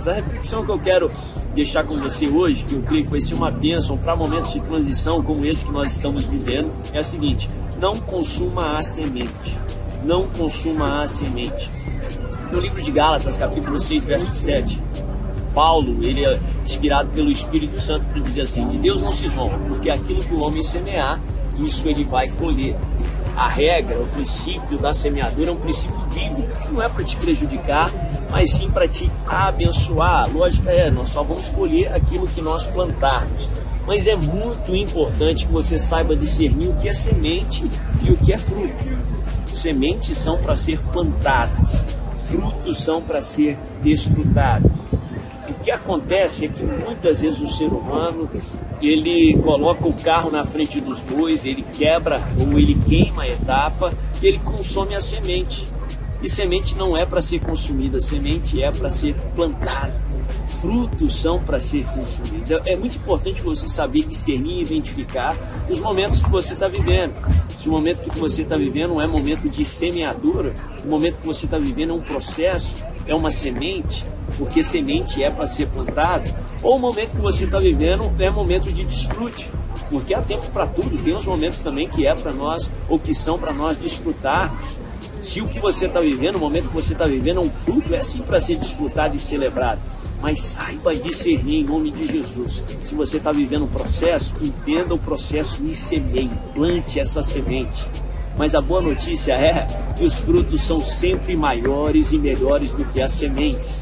A reflexão que eu quero deixar com você hoje, que eu creio que vai ser uma bênção para momentos de transição como esse que nós estamos vivendo, é a seguinte: não consuma a semente. Não consuma a semente. No livro de Gálatas, capítulo 6, verso 7, Paulo, ele é inspirado pelo Espírito Santo para dizer assim: de Deus não se zomba, porque aquilo que o homem semear, isso ele vai colher. A regra, o princípio da semeadura é um princípio bíblico, que não é para te prejudicar, mas sim para te abençoar. A lógica é, nós só vamos colher aquilo que nós plantarmos. Mas é muito importante que você saiba discernir o que é semente e o que é fruto. Sementes são para ser plantadas, frutos são para ser desfrutados. O que acontece é que muitas vezes o ser humano, ele coloca o carro na frente dos bois, ele quebra ou ele queima a etapa e ele consome a semente. E semente não é para ser consumida, semente é para ser plantada. Frutos são para ser consumidos. É muito importante você saber discernir e identificar os momentos que você está vivendo. Se o momento que você está vivendo não é momento de semeadura, o momento que você está vivendo é um processo, é uma semente, porque semente é para ser plantada, ou o momento que você está vivendo é momento de desfrute, porque há tempo para tudo. Tem uns momentos também que é para nós, ou que são para nós desfrutarmos. Se o que você está vivendo, o momento que você está vivendo é um fruto, é sim para ser desfrutado e celebrado. Mas saiba discernir em nome de Jesus. Se você está vivendo um processo, entenda o processo e semeie, plante essa semente. Mas a boa notícia é que os frutos são sempre maiores e melhores do que as sementes.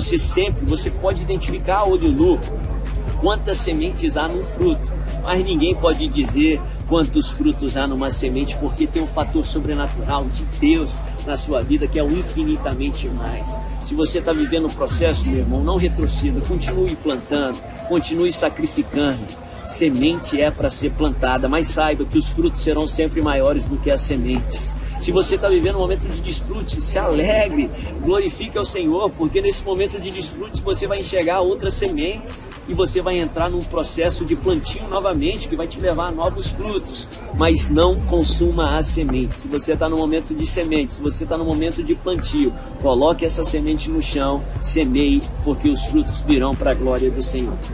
Você pode identificar a olho nu quantas sementes há num fruto, mas ninguém pode dizer quantos frutos há numa semente, porque tem um fator sobrenatural de Deus na sua vida que é o infinitamente mais. Se você está vivendo um processo, meu irmão, não retroceda, continue plantando, continue sacrificando. Semente é para ser plantada, mas saiba que os frutos serão sempre maiores do que as sementes. Se você está vivendo um momento de desfrute, se alegre, glorifique ao Senhor, porque nesse momento de desfrute você vai enxergar outras sementes e você vai entrar num processo de plantio novamente, que vai te levar a novos frutos. Mas não consuma a semente. Se você está no momento de semente, se você está no momento de plantio, coloque essa semente no chão, semeie, porque os frutos virão para a glória do Senhor.